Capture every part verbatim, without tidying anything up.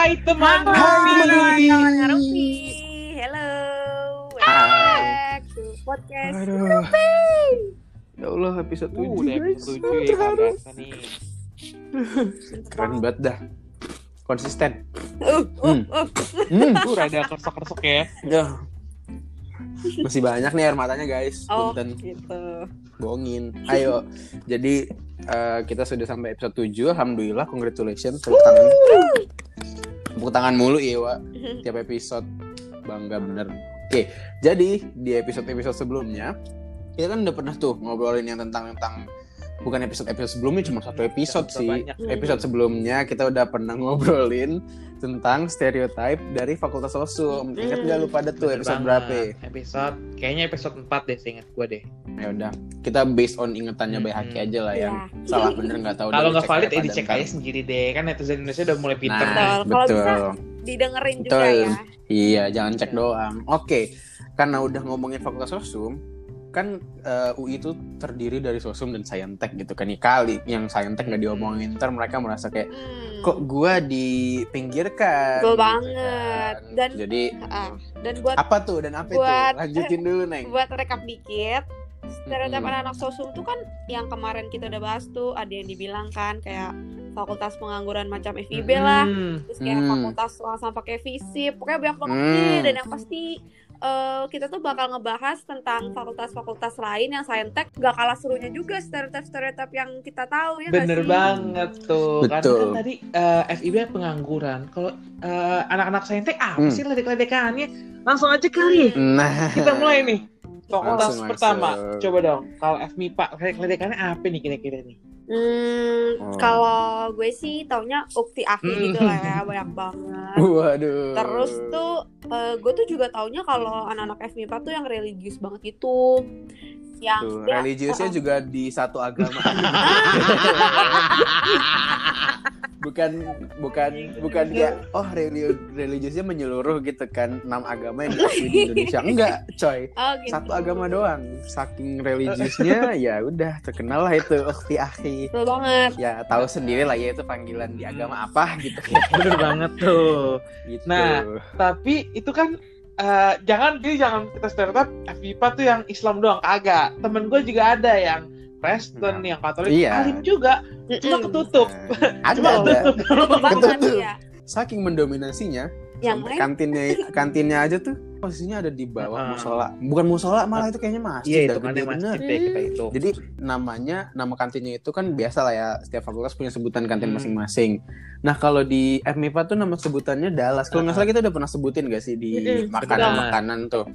Hai teman Hai Rupi. teman Teman Rupi. Rupi. Hello. Hai. Welcome back to podcast Aduh. Rupi. Ya Allah, episode Uh, tujuh udah guys. episode tujuh ya, nggak berasa nih. Keren banget dah. Konsisten. Uh, uh, Hmm. uh. Hmm. Tuh rada kersok-kersok ya. Ya. Masih banyak nih air matanya guys. Oh, Punten. gitu. Bohongin. Ayo. Jadi eh, kita sudah sampai episode tujuh. Alhamdulillah. Congratulations. Tepuk tangan. Tepuk tangan mulu ya, Wak. Tiap episode. Bangga bener. Oke. Jadi di episode-episode sebelumnya kita kan udah pernah tuh ngobrolin yang tentang tentang bukan episode-episode sebelumnya, cuma satu episode Udah sih. banyak. Episode sebelumnya kita udah pernah ngobrolin tentang stereotype dari Fakultas Sosum. Ingat nggak lu pada tuh Bener episode banget. berapa? Episode, kayaknya episode empat deh, seingat gue deh. Ya udah, kita based on ingetannya Bay Haki aja lah ya. Iya. Salah bener nggak tahu. Kalau udah nggak valid, dicek eh apa dicek dan aja sendiri deh. Kan netizen Indonesia udah mulai pinter Nah, nih. Betul. Kalau betul. bisa didengerin juga Betul. ya. Iya, jangan cek doang. Oke, karena udah ngomongin Fakultas Sosum, kan uh, U I itu terdiri dari Sosum dan Saintek gitu kan. Ya kali yang Saintek nggak diomongin, ntar mereka merasa kayak Hmm. kok gua dipinggirkan. Betul gitu banget. kan. Dan- jadi Ah, dan buat apa tuh dan apa buat- itu? Lanjutin dulu, Neng. buat rekap dikit, stereotip Mm-mm. anak-anak sosum tuh kan yang kemarin kita udah bahas tuh, ada yang dibilang kan kayak fakultas pengangguran macam F I B lah, Hmm. terus kayak Hmm. fakultas langsung pakai fisip, pokoknya banyak banget Hmm. nih. Dan yang pasti eh, kita tuh bakal ngebahas tentang fakultas-fakultas lain yang saintek gak kalah serunya juga stereotip-stereotip yang kita tahu ya. nggak Bener sih? banget tuh. Karena Betul. kan tadi eh, F I B pengangguran. Kalau eh, anak-anak saintek apa Hmm. sih ledek-ledekannya? Langsung aja kali. Nah, Kita mulai nih. Fakultas Langsung pertama. masuk. Coba dong. Kalau F M I P A, ledek-ledekannya apa nih kira-kira nih? Hmm, Oh. kalau gue sih taunya ukti akhi Hmm. gitu lah ya, banyak banget. waduh. Terus tuh eh, gue tuh juga taunya kalau anak-anak F M I P A tuh yang religius banget gitu. Yang Tuh, ya, religiusnya uh-uh. juga di satu agama. bukan bukan bukan kayak oh religi- religiusnya menyeluruh gitu kan, enam agama yang diakui di Indonesia. Enggak, coy. Oh, gitu. Satu agama doang. Saking religiusnya ya udah terkenal lah itu ukti akhi. Betul banget. Ya tahu sendiri lah ya itu panggilan di agama apa gitu. Bener banget tuh. gitu. Nah, Tapi itu kan eh, jangan jadi jangan kita stereotip F I P A tuh yang Islam doang, kagak. Temen gue juga ada yang Kristen, yang Katolik, Iya. alim juga, cuma Mm-mm. ketutup. Nah, ada Cuma ada. Betul banget Ketutup. ya. Saking mendominasinya Yang sampai lain kantinnya kantinnya aja tuh posisinya ada di bawah Uh-uh. musola. Bukan musola, malah itu kayaknya masjid. Iya, dah, itu kan gede yang bener. masjid deh kita itu. Jadi namanya, nama kantinnya itu kan biasa lah ya, setiap fakultas punya sebutan kantin Hmm. masing-masing. Nah kalau di F M I P A tuh nama sebutannya Dallas. Kalau nggak salah kita udah pernah sebutin gak sih di Mm-mm, makanan-makanan tuh.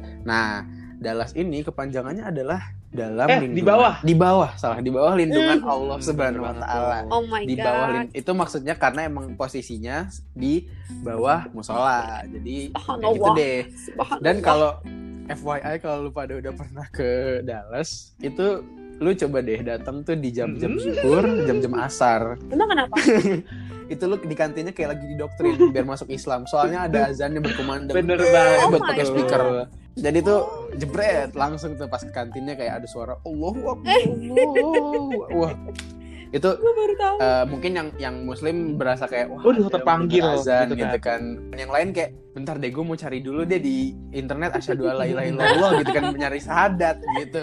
Nah Dallas ini kepanjangannya adalah dalam Eh, lindungan, di bawah. di bawah salah di bawah lindungan Hmm. Allah Subhanahu Wa Taala. Oh my Di god. bawah lin- itu maksudnya karena emang posisinya di bawah musola. Jadi kayak gitu Subhanallah. deh. Subhanallah. Dan kalau F Y I kalau lu pada udah pernah ke Dallas, itu lu coba deh datang tuh di jam-jam Hmm. zuhur, jam-jam asar. emang kenapa? Itu lu di kantinnya kayak lagi didoktrin biar masuk Islam. Soalnya ada azan yang berkumandang. Bener banget. Oh buat my pakai God. speaker. Jadi tuh jebret langsung tuh pas ke kantinnya kayak ada suara Allahu Akbar. Allah. Wah. Itu Gue baru tahu. eh, mungkin yang yang muslim berasa kayak wah Udah ada terpanggil bener azan gitu gitu kan. Yang lain kayak bentar deh gue mau cari dulu deh di internet asyhadu alla ilaha illallah gitu kan, nyari syahadat gitu.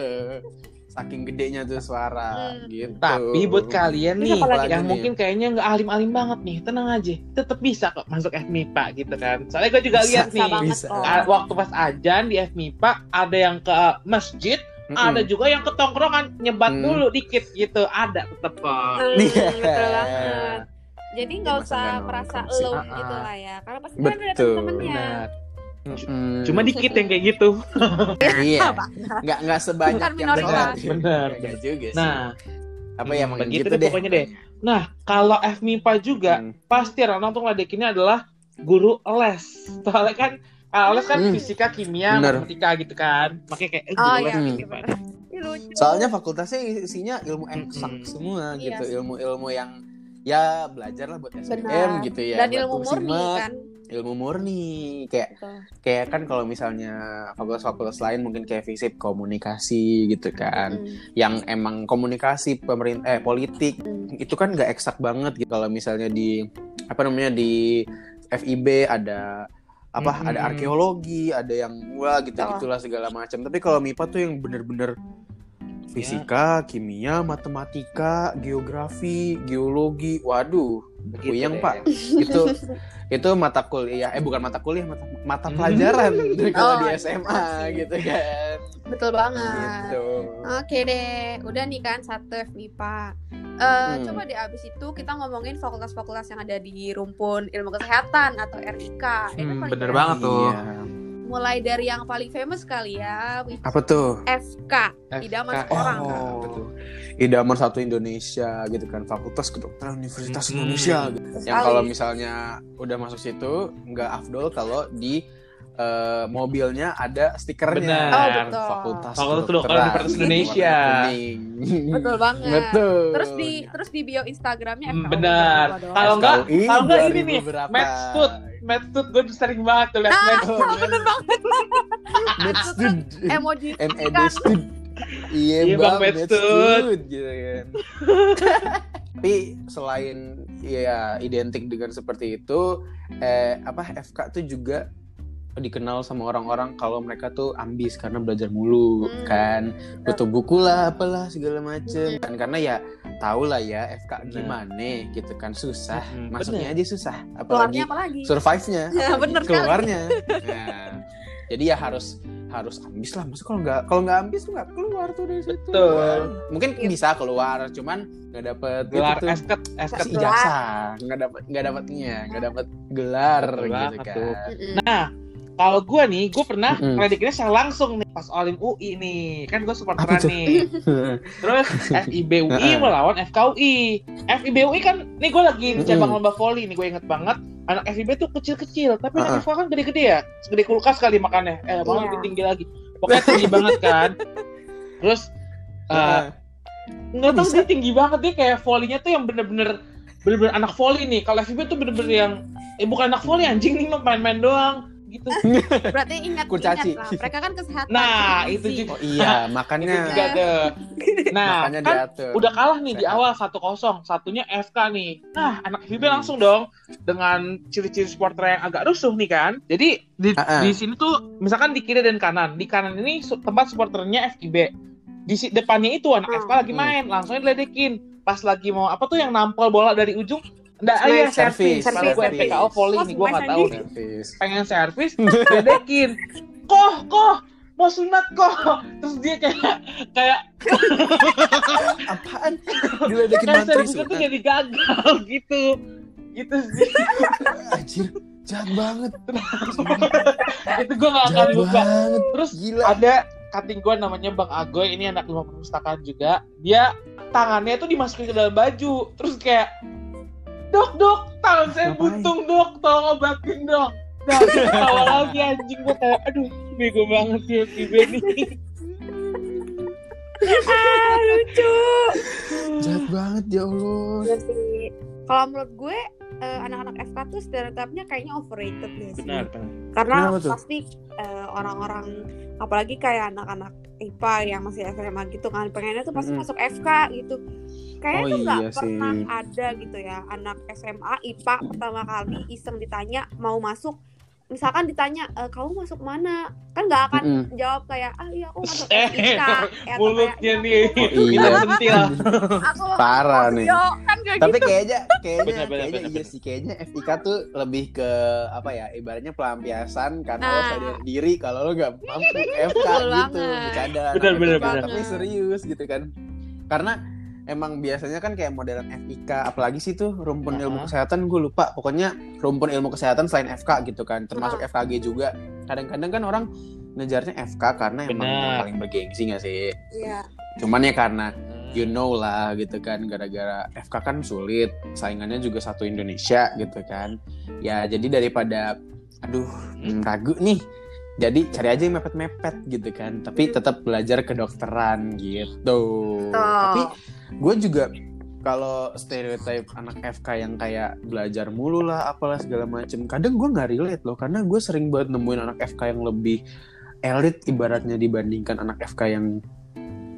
Saking gedenya tuh suara Hmm. gitu. Tapi buat kalian Terus nih apa lagi yang nih? mungkin kayaknya nggak alim-alim banget nih, tenang aja, tetap bisa kok masuk F M I P A gitu kan. Soalnya gue juga Bisa, lihat Bisa nih, banget bisa. kok. ah, waktu pas ajan di F M I P A ada yang ke masjid, Mm-mm. ada juga yang ke tongkrongan nyebat Hmm. dulu dikit gitu, ada tetep kok. Hmm, Iya. betul banget. Jadi nggak Ya, masa usah nggak merasa nongkrong sih? alone Ah, gitu ah. lah ya. Karena pasti kan ada Betul. temen-temennya. Benar. Mm. Cuma dikit yang kayak gitu. Iya. Nggak nggak sebanyak Bukan yang minoritas. sholat. Bener. Nggak juga sih. Nah, apa ya emang begitu gitu deh deh. pokoknya deh. Nah, kalau F M I P A juga Hmm. pasti Rana tuh ngeladekinnya adalah guru les. Soalnya kan ah, les kan Hmm. fisika, kimia, Bener. matematika gitu kan. Makanya kayak eh, guru Oh les iya, Hmm. gitu. bener. Ih, lucu. Soalnya fakultasnya isinya ilmu eksak Mm-mm. semua Iya gitu, sih. ilmu-ilmu yang ya belajar lah buat S B M Benar. gitu ya. Dan buat ilmu murni simak. kan. ilmu murni kayak Betul. kayak kan kalau misalnya fakultas-fakultas lain mungkin kayak fisip komunikasi gitu kan, Mm. yang emang komunikasi pemerintah eh politik Mm. itu kan nggak eksak banget gitu. Kalau misalnya di apa namanya di F I B, ada apa Hmm. ada arkeologi, ada yang wah gitu-gitulah segala macam. Tapi kalau M I P A tuh yang bener-bener fisika, kimia, matematika, geografi, geologi. Waduh, Begitu puyeng deh. Pak. Itu itu mata kuliah, eh bukan mata kuliah, mata, mata Hmm. pelajaran kalau Oh, di S M A iya. gitu kan. Betul banget. Gitu. Oke deh, udah nih kan satu F M I P A. Eh, Hmm. Coba deh abis itu kita ngomongin fakultas-fakultas yang ada di rumpun ilmu kesehatan atau R I K. Ini Hmm, paling bener keren. banget tuh. Iya. Mulai dari yang paling famous kali ya, which Apa tuh? F K, F K. idaman Oh. orang. Oh, betul. Idaman satu Indonesia gitu kan, Fakultas Kedokteran Universitas Hmm. Indonesia gitu. Sekali. Yang kalau misalnya udah masuk situ nggak afdol kalau di eh, mobilnya ada stikernya. Benar. Oh, betul. Fakultas Fakultas Kedokteran Kedokteran Universitas Indonesia. warna kuning. Betul banget. Betul. Terus di terus di bio Instagramnya F K U. Hmm, benar. jangan lupa dong. Kalau enggak, F K U I kalau enggak ini dua ribu nih, berapa? Medstut. Medstut gue sering banget tuh liat Ah, Medstut. bener banget. Medstut. Emoji M E D kan. Stud. Iya Iya, bang, Bang Medstut. Medstut gitu kan. Tapi selain ya identik dengan seperti itu, eh apa F K tuh juga dikenal sama orang-orang kalau mereka tuh ambis karena belajar mulu Hmm. kan, butuh buku lah apalah segala macem kan, karena ya tau lah ya F K gimana gitu kan, susah Hmm, masuknya bener. aja susah, Keluarnya apalagi apa lagi? survive-nya, Ya, apalagi bener kali. keluarnya. Nah, jadi ya harus harus ambis lah, maksud kalau nggak kalau nggak ambis tuh nggak keluar tuh dari situ. Betul. Mungkin Iya. bisa keluar, cuman nggak dapet Gelar gitu tuh. esket, esket. Kasih ijazah, nggak dapat nggak dapatnya, nggak dapat gelar Betul gitu banget kan. tuh. Mm-mm. Nah, kalau gue nih, gue pernah Mm-mm. ngeledekinnya secara langsung nih pas Olim U I nih, kan gue Apa supporteran tuh? nih. Terus F I B U I Heeh. melawan F K U I. F I B U I kan, nih gue lagi di cabang Mm-mm. lomba voli nih, gue inget banget. Anak F I B tuh kecil-kecil, tapi Heeh. anak F K kan gede-gede ya, segede kulkas kali makannya. Eh, malah Iya. lebih tinggi lagi. Pokoknya tinggi banget kan. Terus uh, Heeh. nggak tahu Bisa. dia tinggi banget, dia kayak volinya tuh yang bener-bener bener-bener anak voli nih. Kalau F I B tuh bener-bener yang eh bukan anak voli anjing nih, mah main-main doang gitu. Berarti ingat Kurcaci. ingat lah. Mereka kan kesehatan. Nah, gizi. itu juga. Oh iya, Itu makannya juga tuh. Nah, makanya kan diatur. udah kalah nih di Sehat. awal satu kosong, satunya F K nih. Nah, anak F I B langsung dong dengan ciri-ciri supporter yang agak rusuh nih kan. Jadi di, Ah-ah. di sini tuh misalkan di kiri dan kanan. Di kanan ini su- tempat supporternya F I B. Di si- depannya itu anak F K lagi Hmm. main, langsung diledekin. Pas lagi mau apa tuh yang nampol bola dari ujung. Nggak, Servis, iya servis. servis, Kalau gue servis. P K O volley Wah, nih, gue nggak semua tahu anjing. nih. Servis. Pengen servis, ledekin. Koh, koh, mau sunat koh. Terus dia kayak kayak Apaan? Diledekin kayak mantri servisnya tuh sunat. jadi gagal gitu. Gitu sih. Anjir, jahat banget. Itu gue gak akan Jahat lupa. banget. Terus Gila. ada kating gue namanya Bang Agoy, ini anak ilmu perpustakaan juga. Dia tangannya tuh dimasukin ke dalam baju. Terus kayak, dok, dok, tangan saya Ngapain? buntung dok, tolong obatin dok. Nah, ketawa lagi anjing, gue kayak, aduh, bego banget sih F I B nih. Ah, lucu. Jahat banget ya Allah. Iya sih. Kalau menurut gue eh, anak-anak F K tuh stereotipnya kayaknya overrated deh sih. Benar, benar. Karena Kenapa tuh? pasti eh, orang-orang apalagi kayak anak-anak I P A yang masih S M A gitu kan pengennya tuh pasti Mm-mm. masuk F K gitu. Kayaknya Oh tuh nggak iya sih. pernah ada gitu ya anak S M A I P A pertama kali iseng ditanya mau masuk, misalkan ditanya e, kamu masuk mana, kan nggak akan Mm-mm. jawab kayak ah iya aku masuk Eh, F I K atau mulutnya kayak, nih, "Iya, aku Iya. kita sentil. aku Parah nih. Yo, kan kayak Tapi gitu. kayaknya kayaknya Benar, benar, kayaknya benar, iya benar. sih, kayaknya F I K tuh lebih ke apa ya, ibaratnya pelampiasan karena lo Nah. sadar diri kalau lo gak mampu F K Betul gitu, banget. bercanda. Benar, Nah, benar, F K, benar. tapi serius gitu kan. Karena emang biasanya kan kayak modelan F I K, apalagi sih tuh rumpun ilmu Uh-huh. kesehatan, gue lupa. Pokoknya rumpun ilmu kesehatan selain F K gitu kan, termasuk Uh-huh. F K G juga. Kadang-kadang kan orang ngejarnya F K karena emang Benar. yang paling bergengsi gak sih? Iya. Cuman ya karena you know lah gitu kan, gara-gara F K kan sulit, saingannya juga satu Indonesia gitu kan. Ya jadi daripada aduh hmm, ragu nih, jadi cari aja yang mepet-mepet gitu kan, tapi tetap belajar kedokteran gitu. Tapi gue juga kalau stereotip anak F K yang kayak belajar mulu lah apalah segala macem, kadang gue nggak relate loh, karena gue sering banget nemuin anak F K yang lebih elit ibaratnya dibandingkan anak F K yang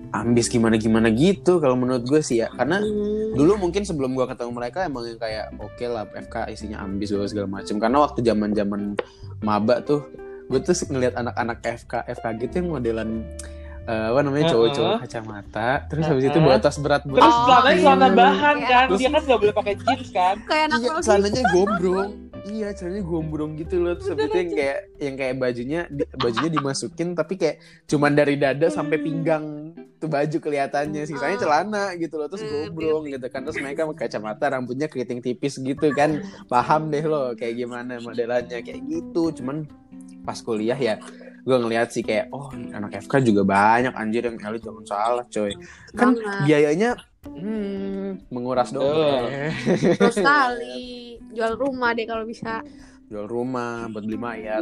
ambis gimana-gimana gitu kalau menurut gue sih ya. Karena Hmm. dulu mungkin sebelum gue ketemu mereka emang yang kayak oke okay lah F K isinya ambis segala macam. Karena waktu zaman-zaman maba tuh gue tuh ngeliat anak-anak F K F K gitu yang modelan uh, apa namanya cowok-cowok Uh-uh. kacamata, terus habis Uh-uh. itu bawa tas berat Terus Oh, celananya iya. celana bahan kan, Terus- dia kan nggak boleh pakai jeans kan. Kayak anak iya, Rocky. celananya gombrong. Iya, celananya gombrong gitu loh. Terus habis itu yang kayak yang kayak bajunya di- bajunya dimasukin tapi kayak cuman dari dada sampai pinggang tuh baju kelihatannya, sisanya Ah. celana gitu loh. Terus Hmm, gombrong gitu kan. Terus mereka pakai kacamata, rambutnya keriting tipis gitu kan. Paham deh lo kayak gimana modelannya kayak gitu. Cuman pas kuliah ya gue ngeliat sih kayak oh anak F K juga banyak anjir yang elit, jangan salah coy. Kan Banget. biayanya hmm, menguras Betul. dong. Terus sekali jual rumah deh kalau bisa. Jual rumah buat beli mayat.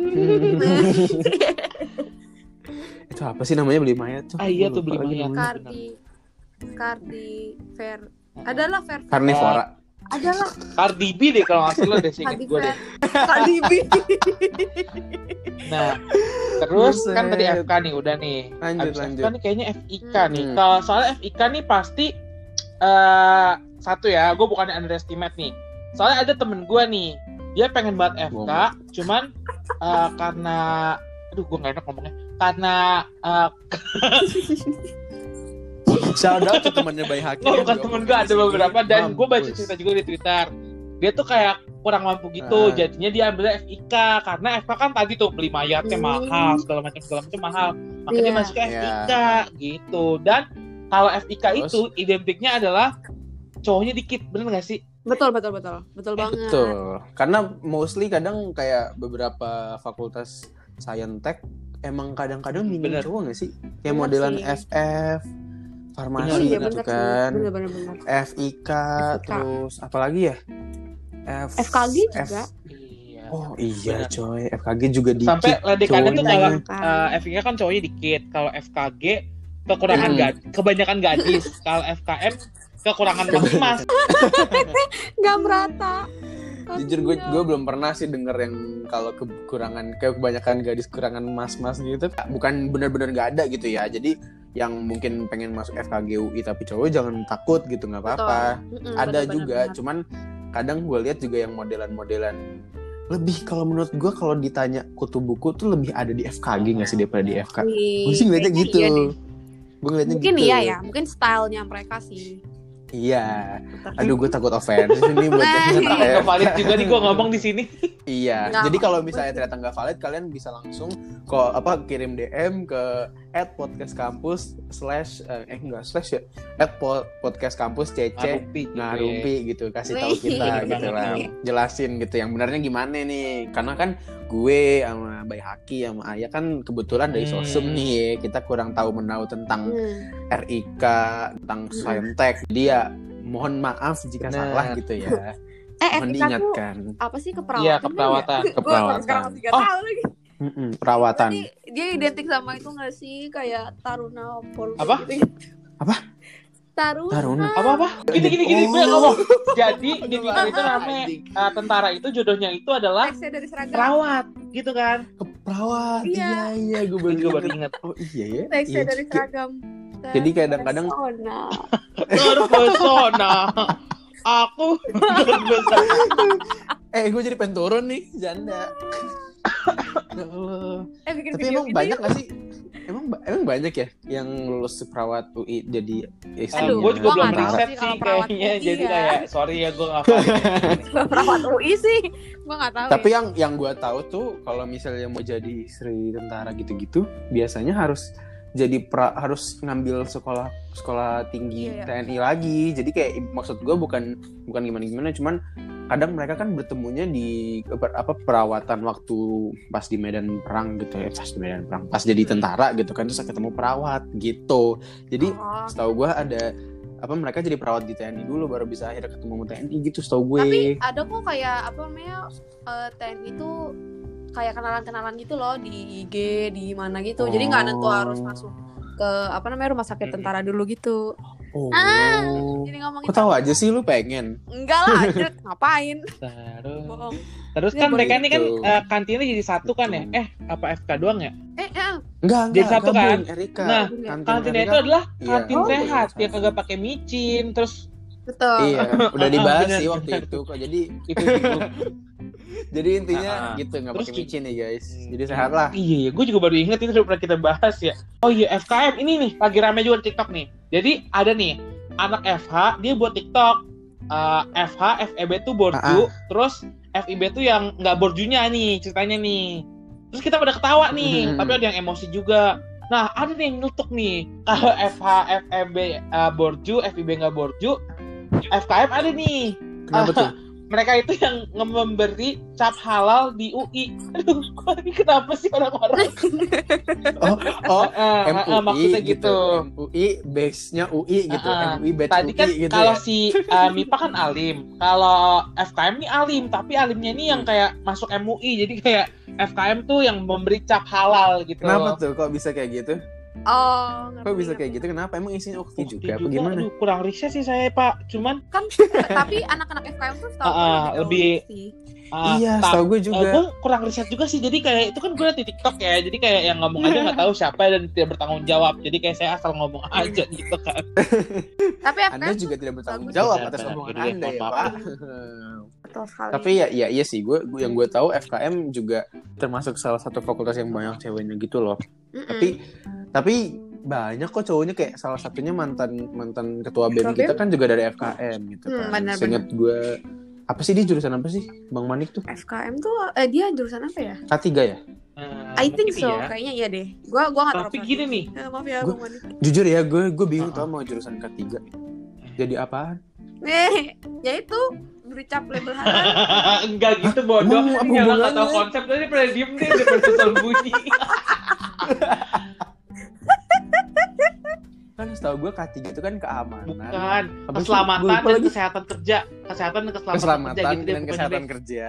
Itu apa sih namanya beli mayat tuh? Ah, iya Gua tuh, beli lupa lagi mayat. namanya. Kardi, Kardi, Fair. Adalah Fair. Karnivora. Adalah Cardi B deh kalau nggak salah deh, Kardi seinget gue deh. Fair. Kardi B. Nah, terus Buset. kan tadi F K nih udah nih. Lanjut, Abis lanjut. F K nih kayaknya F I K Hmm. nih. Kalau soalnya F I K nih pasti eh satu ya, gue bukannya underestimate nih. Soalnya ada temen gue nih, dia pengen banget F K, cuman eh, karena, aduh gue nggak enak ngomongnya, karena eh, Shout out ke temannya Bay Hakim. nggak, yang bukan juga temen ngomong gue, di ada sini. beberapa dan gue baca Mampus. cerita juga di Twitter. Dia tuh kayak kurang mampu gitu, Ah. jadinya dia ambil F I K karena F K kan tadi tuh beli mayatnya Hmm. mahal, segala macam segala macam mahal, makanya dia Iya. masuk ke F I K Iya. gitu. Dan kalau F I K Terus? itu identiknya adalah cowoknya dikit, bener gak sih? Betul, betul, betul. Betul banget. Betul. Karena mostly kadang kayak beberapa fakultas Saintek emang kadang-kadang minim Bener. cowok gak sih? Kayak Bener modelan sih. F F, farmasi Bener, Iya, gitu bener kan. sih. Bener, bener, bener. F I K, F I K. terus apalagi ya? F, F K G juga. Iya. Oh iya Bener. coy, F K G juga dikit. Sampai ledekannya tuh cowoknya. kalau eh, F I K kan cowoknya dikit, kalau F K G kekurangan Hmm. gadis, kebanyakan gadis, kalau F K M kekurangan mas-mas. Nggak merata. Jujur gue gue belum pernah sih denger yang kalau kekurangan kayak kebanyakan gadis kekurangan mas-mas gitu. Bukan benar-benar nggak ada gitu ya. Jadi yang mungkin pengen masuk F K G U I tapi cowok jangan takut gitu, nggak apa-apa. Mm-mm, Ada bener, juga, bener, cuman kadang gue lihat juga yang modelan-modelan lebih, kalau menurut gue kalau ditanya kutu buku tuh lebih ada di F K G nggak sih daripada di F K? bener. Gue sih ngeliatnya Kayaknya gitu. iya deh. Gue ngeliatnya Mungkin gitu. iya ya, mungkin stylenya mereka sih. Iya. Aduh gue takut offense ini buat yang Eh. nggak Nggak valid juga nih gue ngomong di sini. Iya. Nggak Jadi kalau apa-apa misalnya sih. ternyata nggak valid, kalian bisa langsung kok apa kirim D M ke at podcast kampus slash eh enggak slash ya at po- podcast kampus cc Ngarumpi. ngarumpi gitu, kasih tahu Wih. kita Bener gitu banget. lah, jelasin gitu yang benarnya gimana nih, karena kan gue sama Bay Haki sama Ayah kan kebetulan dari Hmm. sosum nih, kita kurang tahu menahu tentang Hmm. R I K, tentang Saintek, jadi ya mohon maaf jika Bener. salah gitu ya. Eh, Mohon F I K tuh diingatkan. apa sih keperawatan? Iya, keperawatan. Gue Keperawatan. sekarang masih nggak Oh. tahu lagi. Mm-mm, perawatan. Jadi dia identik sama itu nggak sih kayak Taruna Polri Apa? gitu. Apa? Taruna. Taruna. Apa-apa? Gini gini gini Oh. gue ngomong. Jadi di Twitter Aduh, itu namanya anjing. eh, tentara itu jodohnya itu adalah Teksnya dari seragam. perawat gitu kan. Keperawat. Iya. Iya iya gue baru Gue baru ingat. inget. Oh iya ya. Teksnya Iya dari juga. seragam. Jadi kadang-kadang- Terpesona. Terpesona. Aku terpesona. Eh gue jadi pengen turun nih, janda. Ya Allah. Eh bikin Tapi video emang gitu banyak yuk. gak sih? Emang ba- emang banyak ya yang lulus perawat U I jadi istrinya. Aduh, gue juga gua belum nggak tahu riset sih sih kalau perawat kayaknya. U I Jadi ya. kayak sorry ya gue nggak paham. Perawat U I sih. Gue nggak tahu. Tapi ya. yang yang gue tahu tuh kalau misalnya mau jadi istri tentara gitu-gitu, biasanya harus jadi pra, harus ngambil sekolah sekolah tinggi Iya, iya. T N I lagi. Jadi kayak maksud gue bukan bukan gimana-gimana, cuman kadang mereka kan bertemunya di apa apa, perawatan waktu pas di medan perang gitu ya, pas di medan perang, pas jadi tentara gitu kan, terus ketemu perawat gitu. Jadi Oh. setahu gue ada apa mereka jadi perawat di T N I dulu baru bisa akhirnya ketemu sama T N I gitu setahu gue. Tapi ada kok kayak apa namanya eh, T N I itu kayak kenalan-kenalan gitu loh di I G di mana gitu. Jadi nggak nentu Oh. harus masuk ke apa namanya rumah sakit tentara dulu gitu. Oh. Ah, jadi ngomongin. Kok tahu aja sih lu pengen? Enggak lah, anjir, ngapain? Terus, Bohong. terus Ya, kan boleh mereka ini kan gitu. uh, kantinnya jadi satu kan ya? Eh, apa F K doang ya? Eh, eh, Enggak, Jadi enggak. satu gabung, kan? Erika. Nah, Kantin kantinnya Erika- itu adalah Iya. kantin Oh, sehat, iya. yang kagak pakai micin, terus betul. Iya, udah dibahas Bener, sih waktu bener. itu kok. Jadi itu gitu. jadi intinya Ah, ah. gitu, nggak Terus pakai ki- micin nih guys. Jadi sehat lah. Iya, iya, gue juga baru inget itu udah pernah kita bahas ya. Oh iya, F K M ini nih lagi rame juga di TikTok nih. Jadi ada nih anak F H dia buat TikTok. Uh, F H, F E B tuh borju, terus F I B tuh yang nggak borjunya nih ceritanya nih. Terus kita pada ketawa nih, Hmm. tapi ada yang emosi juga. Nah, ada nih yang nyeletuk nih. Kalau F H, F E B uh, borju, F I B nggak borju, F K M ada nih. Kenapa tuh? Mereka itu yang nge- memberi cap halal di U I. Aduh, gua ini kenapa sih orang-orang? Oh, oh, Eh, eh, M U I eh, maksudnya gitu. gitu. M U I base-nya U I gitu. Ah, M U I batch Tadi kan U I gitu kalau ya. si uh, M I P A kan alim, kalau F K M nih alim, tapi alimnya ini yang kayak masuk M U I, jadi kayak F K M tuh yang memberi cap halal gitu. Kenapa tuh kok bisa kayak gitu? Oh, ngerti, Kok bisa ngerti. kayak gitu? Kenapa? Emang isinya ukti Bukti juga apa juga, gimana? aduh, kurang riset sih saya Pak, cuman Kan eh, tapi anak-anak F K M tuh setahu Ah, gue ah, tahu lebih- sih. uh, Iya, tak- setahu gue uh, juga. gue kurang riset juga sih, jadi kayak itu kan gue liat di TikTok ya, jadi kayak yang ngomong aja nggak tahu siapa dan tidak bertanggung jawab, jadi kayak saya asal ngomong aja gitu kan. Tapi F K M Anda tuh juga tidak bertanggung bagus. jawab Benar, atas benar. omongan Jadi, Anda ya, maaf. Pak. betul sekali. Tapi ya, ya iya sih, gue gue- yang gue tahu F K M juga termasuk salah satu fakultas yang banyak ceweknya gitu loh. Mm-mm. Tapi tapi banyak kok cowoknya, kayak salah satunya mantan mantan ketua B E M Ketua kita B E M? kan juga dari F K M gitu Hmm, kan. benar-benar. Seinget gue, apa sih dia jurusan apa sih Bang Manik tuh? F K M tuh eh dia jurusan apa ya? K tiga ya? Uh, I think mungkin so, ya. kayaknya iya deh. Gua gua enggak Tapi gini nih. Eh, maaf ya, Gua- Bang Mani. Jujur ya, gue gue bingung Uh-uh. tau mau jurusan K tiga. Jadi apaan? Eh, ya itu beri cap label halal. Enggak gitu bodoh. Emang apa Yang nggak tahu hubungannya? konsep tadi pada diem deh, udah pada soal bunyi. Kan setahu gue K tiga itu kan keamanan. Bukan, Apa sih? keselamatan Gua lupa dan lagi. kesehatan kerja. Kesehatan dan keselamatan, Keselamatan kerja gitu deh dan pokoknya kesehatan deh. kerja.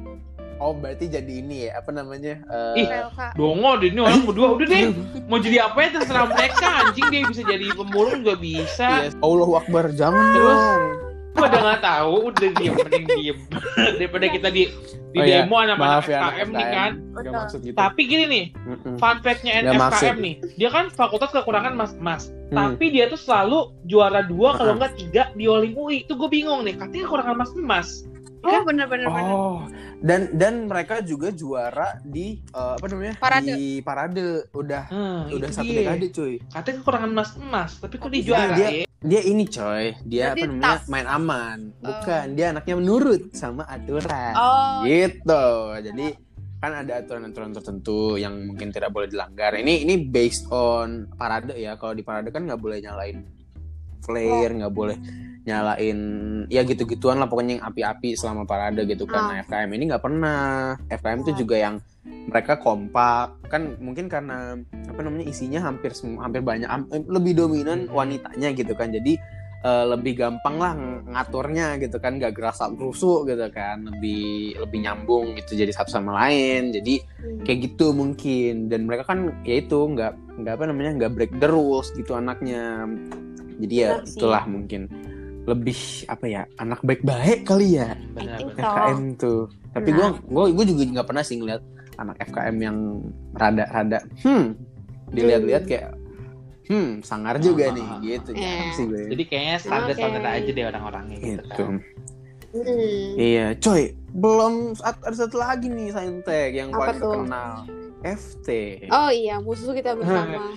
Oh, berarti jadi ini ya, apa namanya? Eh, Ih. P L K. Dongo deh ini orang berdua udah deh. Mau jadi apa ya terserah mereka, anjing dia bisa jadi pemulung juga bisa. Iya, Allahu Akbar, jangan Terus? dong. Gua udah nggak tahu, udah diem, mending diem. Daripada kita di di Oh iya, demo anak maaf F ya K anak M F K nih M. kan. Gak Betul. maksud gitu. Tapi gini nih, Mm-mm. fun fact-nya Nggak F K M maksud. nih, dia kan fakultas kekurangan mas-mas, Hmm. tapi dia tuh selalu juara dua kalau Ah. nggak tiga di Olim U I. Itu gue bingung nih, katanya kekurangan mas-mas. Oh, bener-bener bener. Oh, dan dan mereka juga juara di eh, apa namanya? Parade. Di parade udah Hmm, udah itu satu dia. dekade cuy. Katanya kekurangan mas-mas, tapi kok Tapi dia juara dia- ya? Dia ini coy, dia Berarti apa namanya? tough. Main aman. Bukan, dia anaknya menurut sama aturan. Oh. Gitu. Jadi kan ada aturan-aturan tertentu yang mungkin tidak boleh dilanggar. Ini ini based on parade ya. Kalau di parade kan nggak boleh nyalain flare, nggak boleh nyalain ya gitu-gituan lah pokoknya yang api-api selama parade gitu kan. Ah. Nah, F K M ini nggak pernah. F K M itu Ah. juga yang mereka kompak kan, mungkin karena apa namanya isinya hampir sem- hampir banyak am- lebih dominan wanitanya gitu kan. Jadi eh, lebih gampang lah ng- ngaturnya gitu kan, gak gerasa gerusuk gitu kan, lebih lebih nyambung gitu jadi satu sama lain. Jadi Hmm. kayak gitu mungkin, dan mereka kan ya itu nggak nggak apa namanya nggak break the rules gitu anaknya. Jadi ya Benar sih. itulah mungkin lebih apa ya, anak baik-baik kali ya Benar, think benar. F K M tuh. Tapi gue Benar. gue gue juga nggak pernah sih ngeliat anak F K M yang rada-rada hmm dilihat-lihat kayak hmm sangar juga Ah, nih ah, ah. gitu Iya. jarang sih gue. Jadi kayaknya standar-standar Oke. aja deh orang-orangnya gitu Gitu. kan. Hmm. Iya, coy. Belum at- ada satu lagi nih Saintek yang Apa paling tuh? terkenal. F T. Oh iya, musuh kita bersama.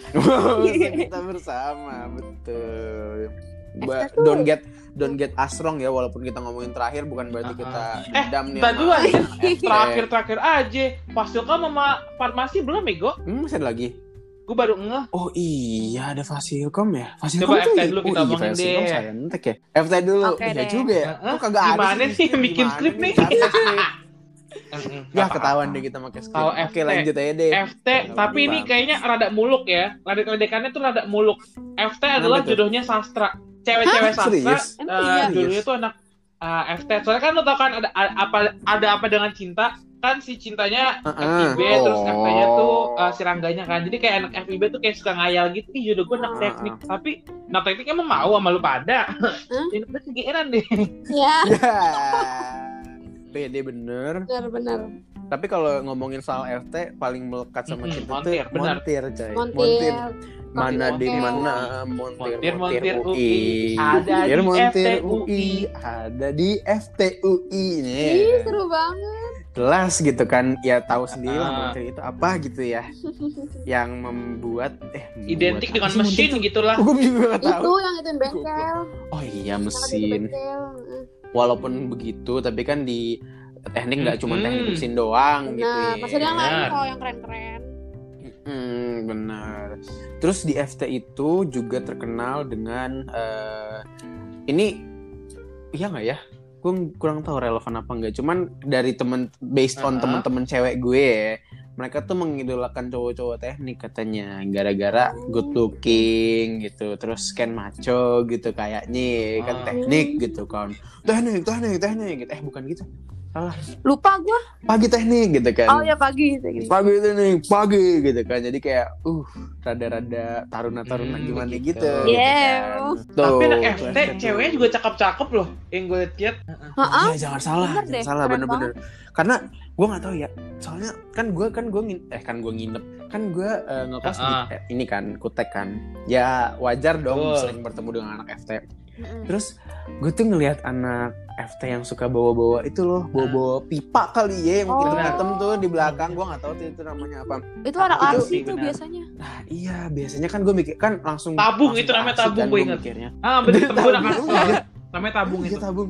Kita bersama, betul. Ba- F T tuh- don't get don't get us wrong ya, walaupun kita ngomongin terakhir bukan berarti Ah, kita ah. dendam nih. Entar sama dulu aja, F T. terakhir-terakhir aja. Fasilkom sama farmasi belum Ego? Hmm, masih ada lagi. Gue baru ngeh. Oh iya, ada Fasilkom ya. Fasilkom Coba tuh F T dulu kita oh, iya, omongin Fasilkom deh. Saintek ya. F T dulu. Oke Iya deh. juga ya. Heeh. Kok kagak ada Gimana sih sih bikin Gimana skrip nih? Ada skrip. Mm-mm, Ya nggak ketahuan apa-apa. deh kita pakai skrip. Kalau Oke, F T, lanjut aja deh. F T, tapi ini kayaknya rada muluk ya. Ledek-ledekannya tuh rada muluk. F T adalah tuh? jodohnya sastra. Cewek-cewek Hah? sastra, Serius? Emang eh, iya? jodohnya tuh anak eh, F T. Soalnya kan lo tau kan ada ada apa ada apa dengan cinta. kan si cintanya Uh-uh. F I B terus Oh. F T-nya tuh uh, si Rangganya kan. Jadi kayak anak F I B tuh kayak suka ngayal gitu. Ih jodoh gue anak Uh-uh. teknik. Tapi anak teknik emang mau sama lu pada. Hah? Ini udah kegeeran deh. Ya, Ya. Pede bener. benar-benar. Tapi kalau ngomongin soal F T paling melekat sama Mm-mm, kita montir, tuh benar. montir, coy. Montir. Mana di Montir. mana montir Montir, montir montir U I. ada di montir F T U I. ada di F T U I nih. Ih, seru banget. Jelas gitu kan, ya tahu sendiri lah Ah. montir itu apa gitu ya. Yang membuat eh membuat Identik apa dengan sih montir mesin tuh? gitulah. Gue juga gak tahu. Itu yang ituin bengkel. Oh iya Yang ada di mesin. bengkel. Walaupun begitu tapi kan di teknik nggak cuma Hmm. teknik mesin doang gitu Nah, ya. pasti yang lain Benar. kok yang keren-keren. Hmm, benar. Terus di F T itu juga terkenal dengan eh, ini iya nggak ya? Gue kurang tahu relevan apa nggak. Cuman dari temen based on Uh-huh. temen-temen cewek gue, ya, mereka tuh mengidolakan cowok-cowok teknik katanya, gara-gara good looking gitu, terus scan macho gitu kayaknya kan Ah. teknik gitu kan. Teknik, teknik, teknik gitu. Eh bukan gitu. Salah. Lupa gua. Pagi teknik gitu kan. Oh ya pagi gitu. Pagi itu nih, pagi gitu kan. Jadi kayak uh rada-rada taruna-taruna Hmm, gimana begitu. gitu. Yeah. Gitu kan. Tapi Tuh, anak F T tuh. ceweknya juga cakep-cakep loh. Yang gue lihat. Heeh. Ya, jangan salah, Bener jangan deh, salah keren bener-bener. Karena gue nggak tahu ya. Soalnya kan gue kan gue ngin eh kan gue nginep kan gue uh, ngekos di Ah. eh, ini kan Kutek kan. Ya wajar dong Betul. sering bertemu dengan anak F T. Mm-mm. Terus gue tuh ngelihat anak F T yang suka bawa-bawa itu loh, bawa-bawa pipa kali ya yang Oh. hitam-hitam tuh di belakang. Gue nggak tahu tuh itu namanya apa. Itu anak Itu arsi sih, tuh benar. biasanya. Nah iya biasanya kan gue mikir kan langsung Tabung, langsung itu namanya asik tabung, kan gue gua inget. mikirnya. Ah bener temen gue anak Tabung. asal. Namanya tabung Iya itu. tabung.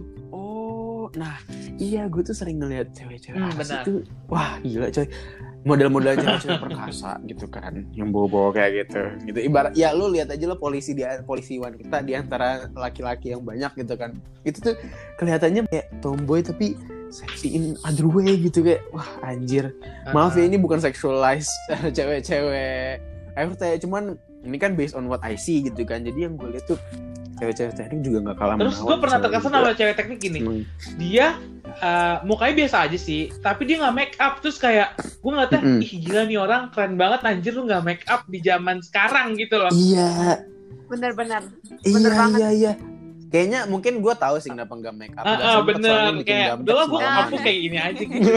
Oh nah iya gue tuh sering ngeliat cewek-cewek Hmm, arsi benar. tuh wah gila coy model-model cewek-cewek perkasa gitu kan yang bawa-bawa kayak gitu gitu ibarat ya lu lihat aja lah polisi di polisi wanita di antara laki-laki yang banyak gitu kan itu tuh kelihatannya kayak tomboy tapi sexy in other way gitu kayak wah anjir maaf ya ini bukan sexualize cewek-cewek F T cuman ini kan based on what I see gitu kan jadi yang gue lihat tuh cewek-cewek teknik juga nggak kalah Terus gue pernah terkesan sama cewek teknik gini. Emang. Dia uh, mukanya biasa aja sih, tapi dia nggak make up. Terus kayak gue ngeliatnya, Mm-mm. ih gila nih orang keren banget anjir lu nggak make up di zaman sekarang gitu loh. Iya Bener-bener. iya Bener banget. iya iya kayaknya mungkin gue tahu sih kenapa nggak make up Ah, nggak ah, sempet soalnya bener bikin kayak gambek udah lah gue semalaman. hapus kayak gini aja gitu.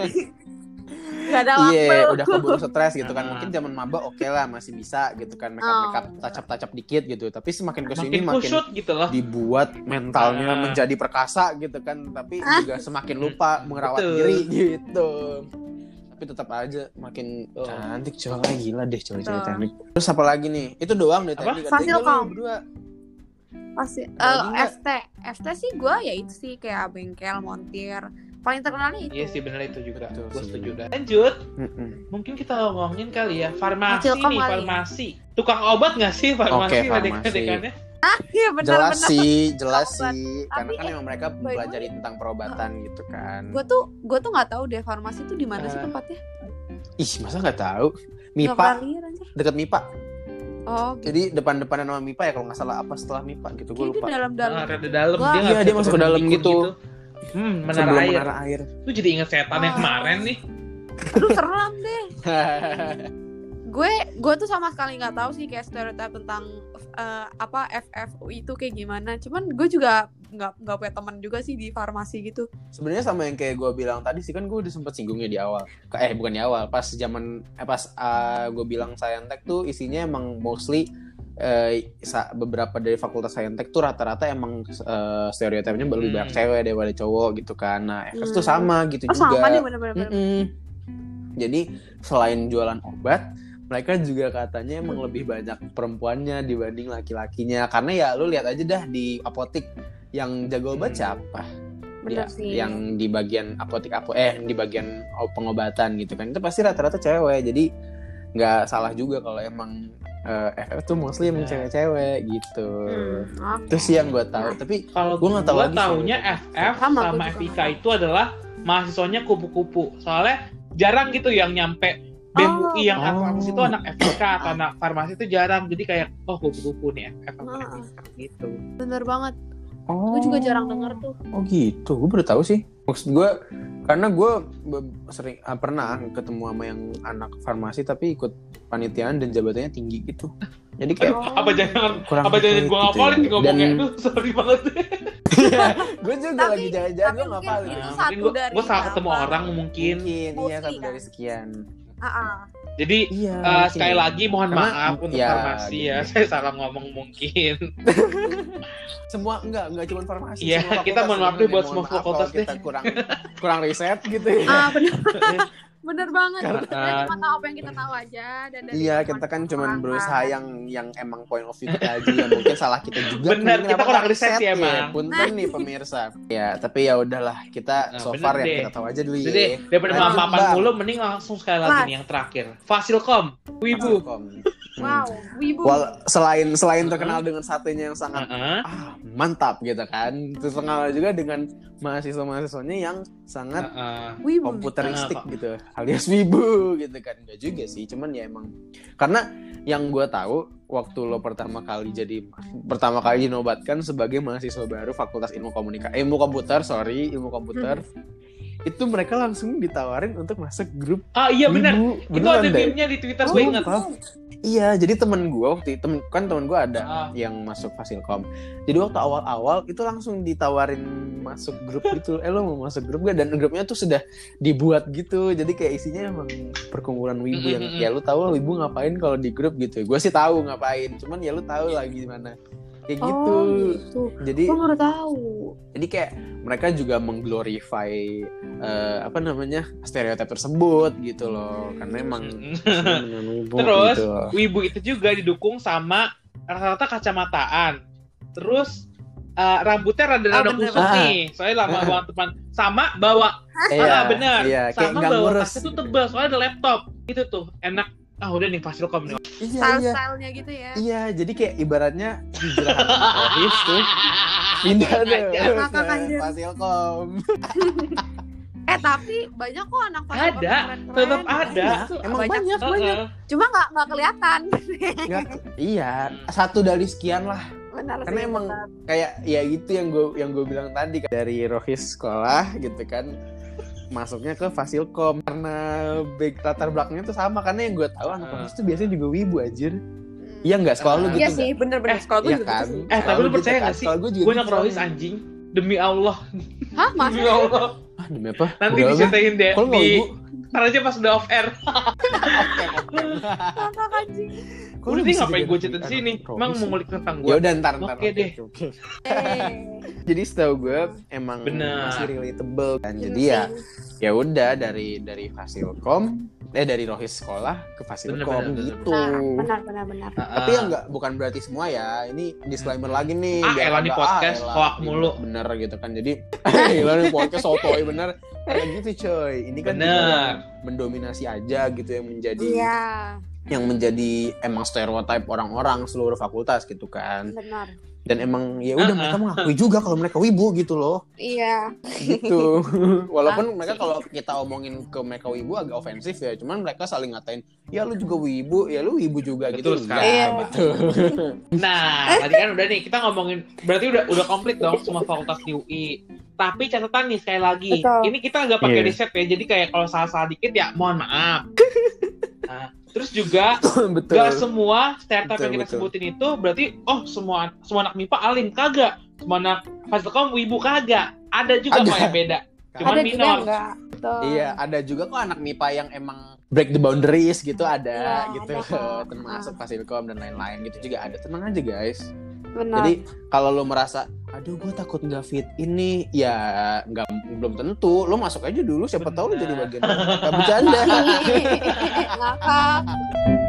Gak ada waktu. Iya, udah keburu stres gitu kan. Ah. Mungkin zaman maba oke lah masih bisa gitu kan make up make up Oh. touch up touch up dikit gitu. Tapi semakin kesini Makin makin kusut gitu loh. dibuat mentalnya Ah. menjadi perkasa gitu kan. Tapi Ah. juga semakin lupa merawat Betul. diri gitu. Tapi tetap aja makin Betul. cantik coy. Gila deh cewek-cewek Betul. teknik. Terus apa lagi nih? Itu doang deh Apa? teknik. Fasil Katanya lu kaum. berdua. Pasti. Ada lagi Eh, nggak? F T. F T sih gue ya itu sih kayak bengkel, montir. Paling terkenalnya itu. Iya sih bener itu juga. Betul Gue sih. setuju. dah. Lanjut, Mm-mm. mungkin kita ngomongin kali ya farmasi Fasilkom nih, kali ya. farmasi. Tukang obat nggak sih farmasi? Oke, farmasi. Ledek-ledekannya? Iya Jelas bener-bener. sih, jelas Obat. sih. Karena Tapi, kan eh, memang mereka by the mempelajari tentang perobatan gitu kan. Gue tuh gue tuh nggak tahu deh farmasi tuh di mana sih Eh. tempatnya. Ih, masa nggak tahu? Nggak MIPA, pernah lihat anjir. deket MIPA. Oh, gitu. Jadi depan-depanan nama MIPA ya kalau nggak salah apa setelah MIPA gitu gue Kayaknya lupa. di dalam-dalam. Ah, rada dalam. Wah. Dia nggak Iya, bisa dia masuk ke turun dalam ikut gitu. Hmm, menara Sebelum air. menara air. Lu jadi inget setan yang Ah. kemarin nih. Aduh seram deh. Gue gue tuh sama sekali nggak tahu sih kayak stereotip tentang eh, apa F F U itu kayak gimana. Cuman gue juga nggak nggak punya teman juga sih di farmasi gitu. Sebenarnya sama yang kayak gue bilang tadi sih kan gue udah sempet singgungnya di awal. Eh bukan di awal, pas zaman eh pas uh, gue bilang Saintek tuh isinya emang mostly eh, sa- beberapa dari fakultas Saintek tuh rata-rata emang eh, stereotipnya lebih Hmm. banyak cewek daripada cowok gitu kan. Nah, F F tuh Hmm. sama gitu Oh juga. sama deh bener-bener. Mm-mm. Jadi selain jualan obat, mereka juga katanya emang lebih banyak perempuannya dibanding laki-lakinya. Karena ya lu lihat aja dah di apotik yang jago obat siapa? Bener Ya, sih. yang di bagian apotik apo eh di bagian pengobatan gitu kan. Itu pasti rata-rata cewek. Jadi nggak salah juga kalau emang eh, F F tuh mostly emang Ya. cewek-cewek gitu. Hmm, oke. Itu sih yang gue tahu. Tapi Kalau Gua nggak tahu gua lagi taunya sih. F F Sama, sama, gua juga F I K nggak itu adalah mahasiswanya kupu-kupu. Soalnya jarang gitu yang nyampe B E M U I yang Oh. farmasi itu anak F I K atau anak farmasi itu jarang. Jadi kayak oh kupu-kupu nih F F sama Ah. F I K gitu. Bener banget. oh, Gue juga jarang denger tuh. Oh gitu, gue baru tahu sih. Maksud gue Karena gue sering ah, pernah ketemu sama yang anak farmasi tapi ikut panitiaan dan jabatannya tinggi gitu. Jadi kayak Aduh, apa jangan kurang apa jangan gitu gue ya. ngapalin nih ngomongnya. Dan- Aduh, sorry banget. gue juga Tapi- lagi jalan-jalan tapi gue mungkin ngapalin. itu Nah, satu mungkin gue dari gue salah ketemu berapa? orang mungkin. Mungkin iya Mostly satu kan? dari sekian. Ah, ah. Jadi Iya. eh, mungkin sekali ya. lagi mohon Karena- maaf untuk ya, farmasi ya. gitu. Saya salah ngomong mungkin. Semua enggak enggak cuma farmasi. Iya, semua kita fakultas mohon maaf deh sebenarnya. buat Mohon semua maaf kalau fakultas deh. kita kurang kurang riset gitu ya. Ah, bener. Bener banget. Karena- Kita cuma tahu apa yang kita tahu aja dan dari Iya, teman kita kan cuma orang berusaha kan. yang yang emang point of view kita aja yang mungkin salah kita juga. Bener, Mungkin kita apa kurang nggak riset ya, Bang. Punten nih pemirsa. Ya, tapi ya udahlah kita Nah, so bener far yang deh. kita tahu aja dulu Jadi ya. daripada Lanjut, maaf-maafan Bang. mulu, mending langsung sekali lagi Mas. nih yang terakhir. Fasilkom, Wibu. Fasilkom. Hmm. Wow, wibu. Wal- selain selain terkenal dengan satunya yang sangat Heeh. ah, mantap gitu kan. Terus terkenal juga dengan mahasiswa-mahasiswanya yang sangat Heeh. wibu. komputeristik Kenapa? gitu, alias wibu gitu kan. Enggak juga sih, cuman ya emang karena yang gue tahu waktu lo pertama kali jadi pertama kali dinobatkan sebagai mahasiswa baru Fakultas Ilmu Komunikasi ilmu komputer sorry ilmu komputer itu mereka langsung ditawarin untuk masuk grup Ah iya benar. wibu. Itu Beneran ada deh. meme-nya di Twitter Oh, gue inget. apa? Iya, jadi temen gue waktu temen kan temen gue ada Ah. yang masuk Fasilkom. Jadi waktu awal-awal itu langsung ditawarin masuk grup gitu. Eh lo mau masuk grup gak? Dan grupnya tuh sudah dibuat gitu. Jadi kayak isinya emang perkumpulan wibu yang Mm-mm. ya lu tahu lah wibu ngapain kalau di grup gitu. Gue sih tahu ngapain, cuman ya lu tahu lah gimana. Kayak gitu. Oh, gitu. Jadi Gue baru tahu. jadi kayak mereka juga mengglorify eh, apa namanya stereotip tersebut gitu loh. Karena emang dengan wibu Terus gitu loh. Wibu itu juga didukung sama rata-rata kacamataan. Terus eh, rambutnya rada-rada Oh, bener, kusut bener. nih. Soalnya lama banget teman. Sama bawa ah benar. Iya, kayak Sama nggak bawa ngurus tasnya tuh gitu. tebal. Soalnya ada laptop. Itu tuh enak. Ah udah nih Fasilkom nih. Iya, iya. Style-stylenya gitu ya. Iya, jadi kayak ibaratnya hijrah Rohis tuh pindah tuh Ngakak ke anjir. Fasilkom. Eh tapi banyak kok anak Fasilkom Ada, yang keren-keren. tetap ada. Itu Emang banyak. banyak, banyak. Heeh. Cuma nggak nggak kelihatan. Nggak, iya, satu dari sekian lah. Benar Karena sih, emang benar. kayak ya gitu yang gue yang gue bilang tadi dari Rohis sekolah gitu kan masuknya ke Fasilkom karena back latar belakangnya tuh sama karena yang gue tahu anak Uh. Rohis tuh biasanya juga wibu anjir. Iya nggak sekolah lu Uh. gitu Iya nggak? sih, bener-bener. Eh, Sekolah gue Iya juga kan? gitu sih. Eh tapi Sekolah lu gitu percaya kan? gak sih? Sekolah gue juga Gue gitu anak Rohis soalnya. anjing. Demi Allah. Hah, masa? Demi Allah. Ah, demi apa? Nanti Udah lah. diceritain deh Kalau nggak di wibu? ntar aja pas udah off air. Ngakak anjing. Kok lu Udah sih bisa ngapain jadi gue anak- cerita di anak sini? Rohis Emang sih? mau ngulik tentang Ya gue. udah ntar ntar. Oke deh. oke. Eh. Jadi setahu gue emang Bener. masih relatable kan. Iya Jadi ya ya udah dari dari Fasilkom eh dari Rohis sekolah ke Fasilkom Bener, bener, gitu. Benar, benar, benar. Tapi ya nggak bukan berarti semua ya. Ini disclaimer lagi nih. Ah, biar elah nih nggak, podcast, elah, hoak ini mulu. Bener gitu kan. Jadi elah nih podcast sotoy bener. Kayak gitu coy. Ini kan kita Bener. yang mendominasi aja gitu yang menjadi Iya, yang menjadi emang stereotip orang-orang seluruh fakultas gitu kan. benar. Dan emang ya udah Uh-uh. mereka mengakui juga kalau mereka wibu gitu loh. Iya. Gitu. Walaupun mereka kalau kita omongin ke mereka wibu agak ofensif ya, cuman mereka saling ngatain, ya lu juga wibu, ya lu wibu juga Betul gitu. sekali. Enggak, Iya. betul. Nah, tadi kan udah nih kita ngomongin berarti udah udah komplit dong semua fakultas di U I. Tapi catatan nih sekali lagi, Betul. ini kita nggak pakai Iya. riset ya. Jadi kayak kalau salah-salah dikit ya mohon maaf. Nah, terus juga Betul. gak semua stereotip Betul, yang kita betul. sebutin itu berarti oh semua semua anak M I P A alim kagak. Semua anak Fasilkom wibu kagak. Ada juga Ada. kok yang beda. Cuman Ada juga minor. enggak? Betul. Iya, ada juga kok anak M I P A yang emang break the boundaries gitu ada Iya, gitu. ada kok. Termasuk Fasilkom dan lain-lain gitu juga ada. Tenang aja guys. Benar. Jadi kalau lo merasa, aduh gue takut nggak fit ini, ya nggak belum tentu. Lo masuk aja dulu, siapa tahu lo jadi bagian. Gak bercanda. Ngakak.